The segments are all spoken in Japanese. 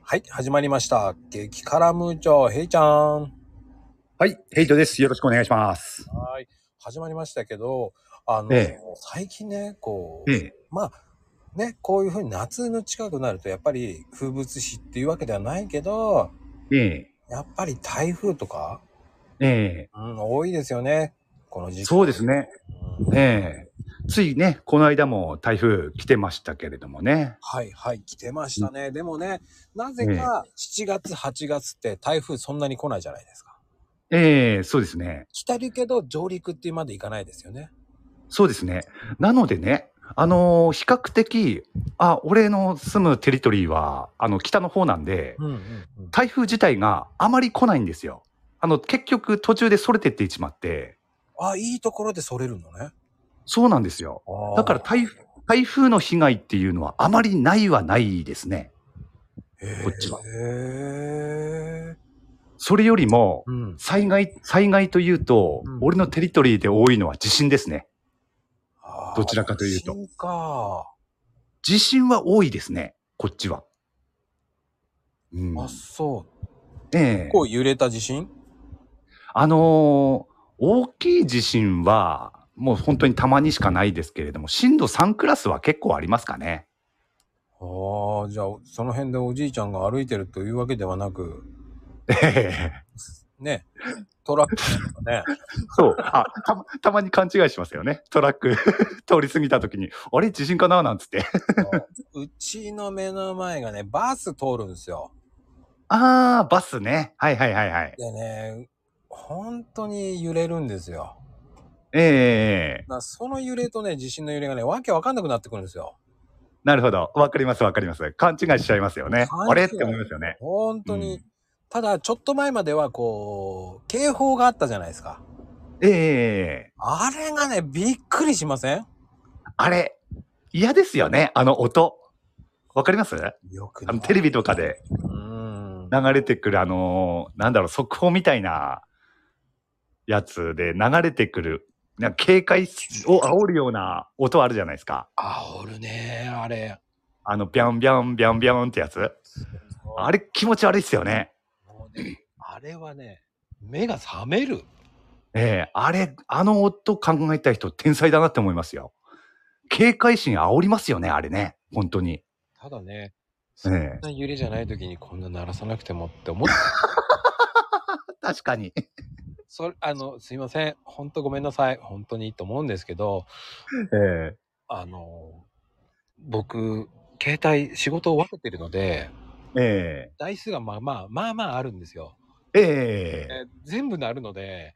はい、始まりました。激辛ムーチョ、ヘイちゃん。 はい、ヘイトです。よろしくお願いします。 はい、始まりましたけど、最近ね、まあ、ね、こういう風に夏の近くなると、やっぱり風物詩っていうわけではないけど、やっぱり台風とか、多いですよね、この時期。 そうですね。ついね、この間も台風来てましたけれどもね。 はいはい、来てましたね。でもね、なぜか7月、8月って台風そんなに来ないじゃないですか。 そうですね。 来てるけど上陸っていうまでいかないですよね。 そうですね。なのでね、比較的、俺の住むテリトリーは、北の方なんで、台風自体があまり来ないんですよ。結局途中でそれてってしまって。 いいところでそれるのね。 そうなんですよ。だから台風の被害っていうのはあまりないはないですね。こっちは。それよりも、災害というと、俺のテリトリーで多いのは地震ですね。どちらかというと。 地震か。 地震は多いですね、こっちは。 そう。結構揺れた地震？ 大きい地震は、もう本当にたまにしかないですけれども、震度3クラスは結構ありますかね。 じゃあ、その辺でおじいちゃんが歩いてるというわけではなく、ね、トラックとかね。 そう。たまに勘違いしますよね。トラック通り過ぎた時に、あれ地震かななんつってうちの目の前がね、バス通るんですよ。 バスね。はいはいはいはい。 でね、本当に揺れるんですよ。その揺れとね、地震の揺れがね、わけわかんなくなってくるんですよ。 なるほど。わかりますわかります。勘違いしちゃいますよね。あれって思いますよね。 本当に。ただ、ちょっと前までは警報があったじゃないですか。あれがね、びっくりしません？ あれ、嫌ですよね、あの音。わかります？ よくテレビとかで流れてくる速報みたいなやつで流れてくる、警戒を煽るような音あるじゃないですか。 煽るね、あれ。 ビャンビャンビャンビャンってやつ。あれ気持ち悪いっすよね。 あれはね、目が覚める。 あの音考えた人天才だなって思いますよ。警戒心煽りますよね、あれね。本当に。 ただね、そんな揺れじゃない時にこんな鳴らさなくてもって思って。 確かに。 すいません。本当ごめんなさい。本当にと思うんですけど、僕、携帯、仕事を分けてるので、台数がまああるんですよ。全部鳴るので。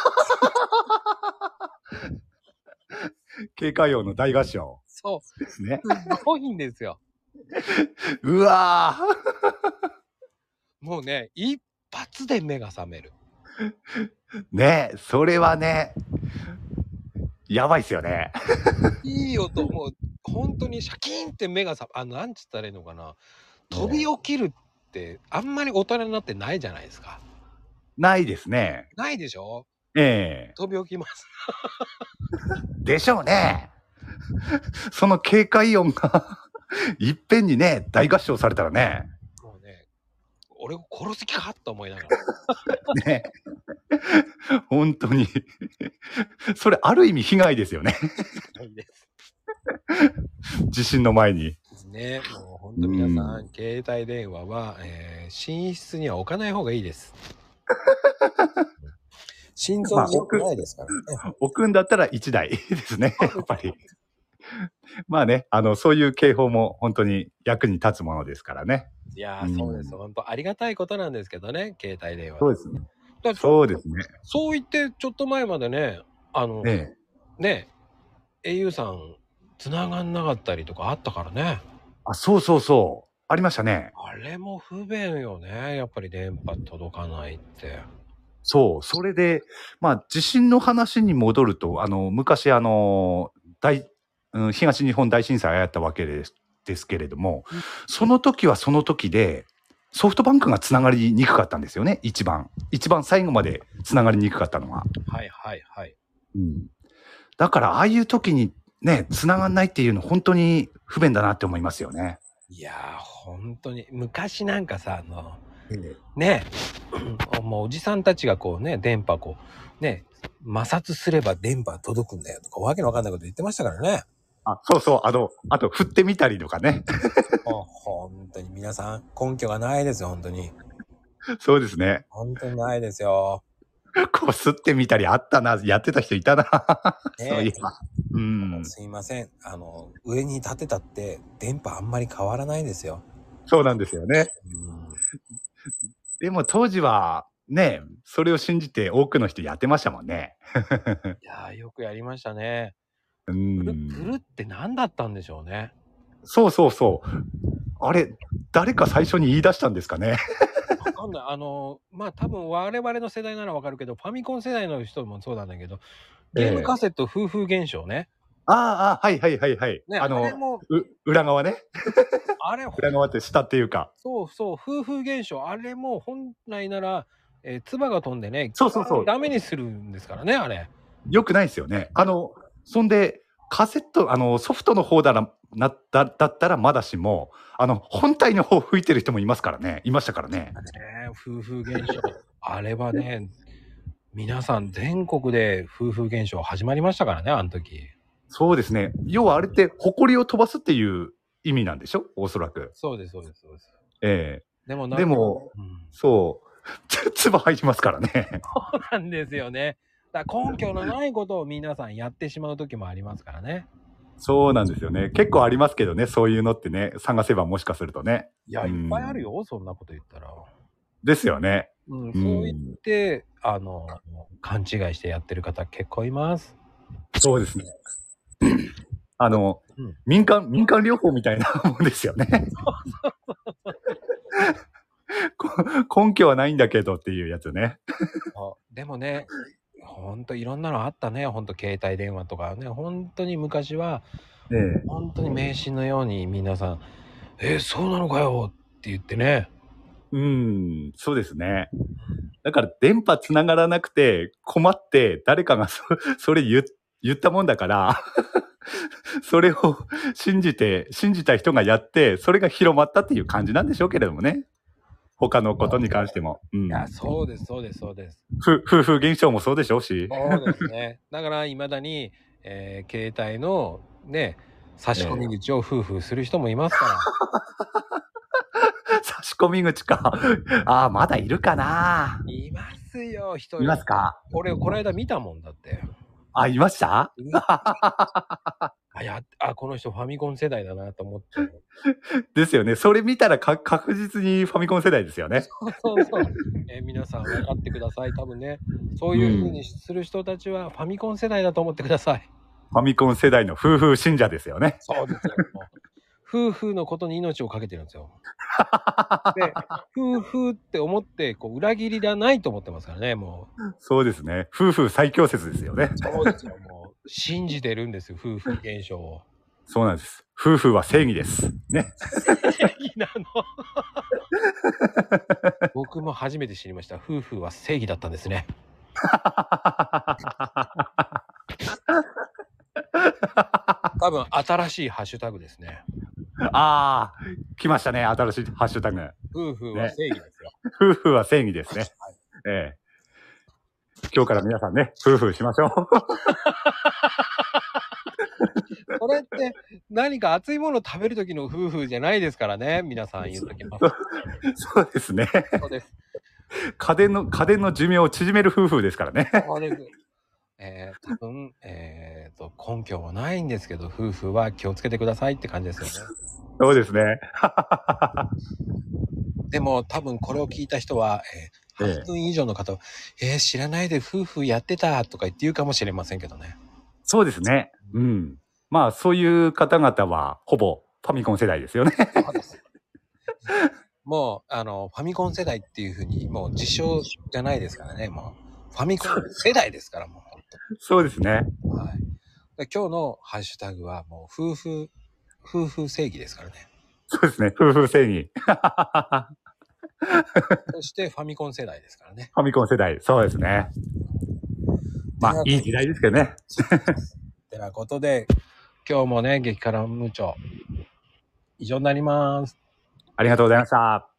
警戒音の大合唱。 そうですね。 すごいんですよ。 うわもうね、一発で目が覚める。 ねえ、それはね、やばいっすよね。 いい音、もう本当にシャキーンって目がなんつったらいいのかな。飛び起きるってあんまり大人になってないじゃないですか。 ないですね。 ないでしょ？飛び起きます。 でしょうね。その警戒音がいっぺんにね、大合唱されたらね。 もうね、俺を殺す気かと思いながら。 ね。本当に。それある意味被害ですよね。 ないです。 地震の前に。 ですね。もう本当皆さん、携帯電話は、寝室には置かない方がいいです。心臓に良くないですからね。 置くんだったら1台ですね、やっぱり。まあね、そういう警報も本当に役に立つものですからね。 いやー、そうです。本当ありがたいことなんですけどね、携帯電話。 そうですね。そうですね。 そう言って、ちょっと前までね、ね、au さん、繋がんなかったりとかあったからね。 そうそうそう。ありましたね。 あれも不便よね。やっぱり電波届かないって。 そう。それで、地震の話に戻ると、昔、東日本大震災あったわけですけれども、その時はその時で、ソフトバンクがつながりにくかったんですよね、一番最後までつながりにくかったのは。 はいはいはい。 だから、ああいう時にね、つながんないっていうの、本当に不便だなって思いますよね。 いやー、本当に。昔なんかさ、ねもうおじさんたちがこうね、電波こう、ね、摩擦すれば電波届くんだよとか、わけのわかんないこと言ってましたからね。 そうそう、あと、振ってみたりとかね。 本当に皆さん、根拠がないですよ、本当に。 そうですね。 本当にないですよ。 こすってみたりあったな、やってた人いたな。そういえば。 すいません。上に立てたって、電波あんまり変わらないですよ。 そうなんですよね。でも当時は、ね、それを信じて多くの人やってましたもんね。 いやー、よくやりましたね。振るるって何だったんでしょうね。 そうそうそう。あれ、誰か最初に言い出したんですかね。 わかんない。まあ多分我々の世代ならわかるけど、ファミコン世代の人もそうなんだけど、ゲームカセット夫婦現象ね。 はいはいはいはい。 ね、あれも、 裏側ね。 あれ、 裏側って下っていうか。 そうそう、夫婦現象、あれも本来なら、唾が飛んでね、 そうそうそう。 ダメにするんですからね、あれ。 よくないですよね。そんで、カセット、ソフトの方だったらまだしも、本体の方吹いてる人もいましたからね。 夫婦現象。あれはね、皆さん全国で夫婦現象始まりましたからね、あの時。 そうですね。要はあれって、埃を飛ばすっていう意味なんでしょ？おそらく。 そうです、そうです、そうです。 でも、そう、唾入りますからね。 そうなんですよね。だから根拠のないことを皆さんやってしまう時もありますからね。 そうなんですよね。結構ありますけどね、そういうのってね、探せばもしかするとね。 いや、いっぱいあるよ、そんなこと言ったら。 ですよね。 そう言って、勘違いしてやってる方結構います。 そうですね。民間療法みたいなもんですよね。根拠はないんだけどっていうやつね。 でもね、ほんといろんなのあったね。ほんと携帯電話とかね、本当に昔は、本当に迷信のように皆さん、そうなのかよって言ってね。 そうですね。だから電波つながらなくて困って誰かがそれ言ったもんだからそれを信じた人がやってそれが広まったっていう感じなんでしょうけれどもね。他のことに関しても。 いや、そうです、そうです、そうです。 夫婦現象もそうでしょうし。 そうですね。だから未だに、携帯のね、差し込み口を夫婦する人もいますから。 差し込み口か。まだいるかな。 いますよ、人。 いますか。 俺、この間見たもんだって。 いましたこの人ファミコン世代だなと思って。 ですよね。それ見たら確実にファミコン世代ですよね。 そう。皆さん分かってください。多分ね、そういう風にする人たちはファミコン世代だと思ってください。 ファミコン世代の夫婦信者ですよね。 そうですよ。夫婦のことに命をかけてるんですよ。で、夫婦って思って裏切りではないと思ってますからね、もう。そうですね。夫婦最強説ですよね。 そうですよ、もう。信じてるんですよ、夫婦現象を。 そうなんです。夫婦は正義です。ね。 正義なの僕も初めて知りました。夫婦は正義だったんですね。多分新しいハッシュタグですね。 来ましたね。新しいハッシュタグ。 夫婦は正義ですよ。 夫婦は正義ですね。今日から皆さんね、夫婦しましょう。 それって何か熱いものを食べる時の夫婦じゃないですからね。皆さん言っときます。 そうですね。 そうです。 家電の寿命を縮める夫婦ですからね。 そうです。多分、根拠もないんですけど、夫婦は気をつけてくださいって感じですよね。 そうですね。 でも多分これを聞いた人は、半分以上の方は、知らないで夫婦やってたとか言って言うかもしれませんけどね。 そうですね。まあそういう方々はほぼファミコン世代ですよね。 そうです。もうファミコン世代っていう風にもう自称じゃないですからね。もうファミコン世代ですからもう本当。 そうですね。 はい。今日のハッシュタグはもう夫婦正義ですからね。 そうですね。夫婦正義。 そしてファミコン世代ですからね。 ファミコン世代。そうですね。まあいい時代ですけどね。 てなことで今日もね激辛ムーチョ以上になります。 ありがとうございました。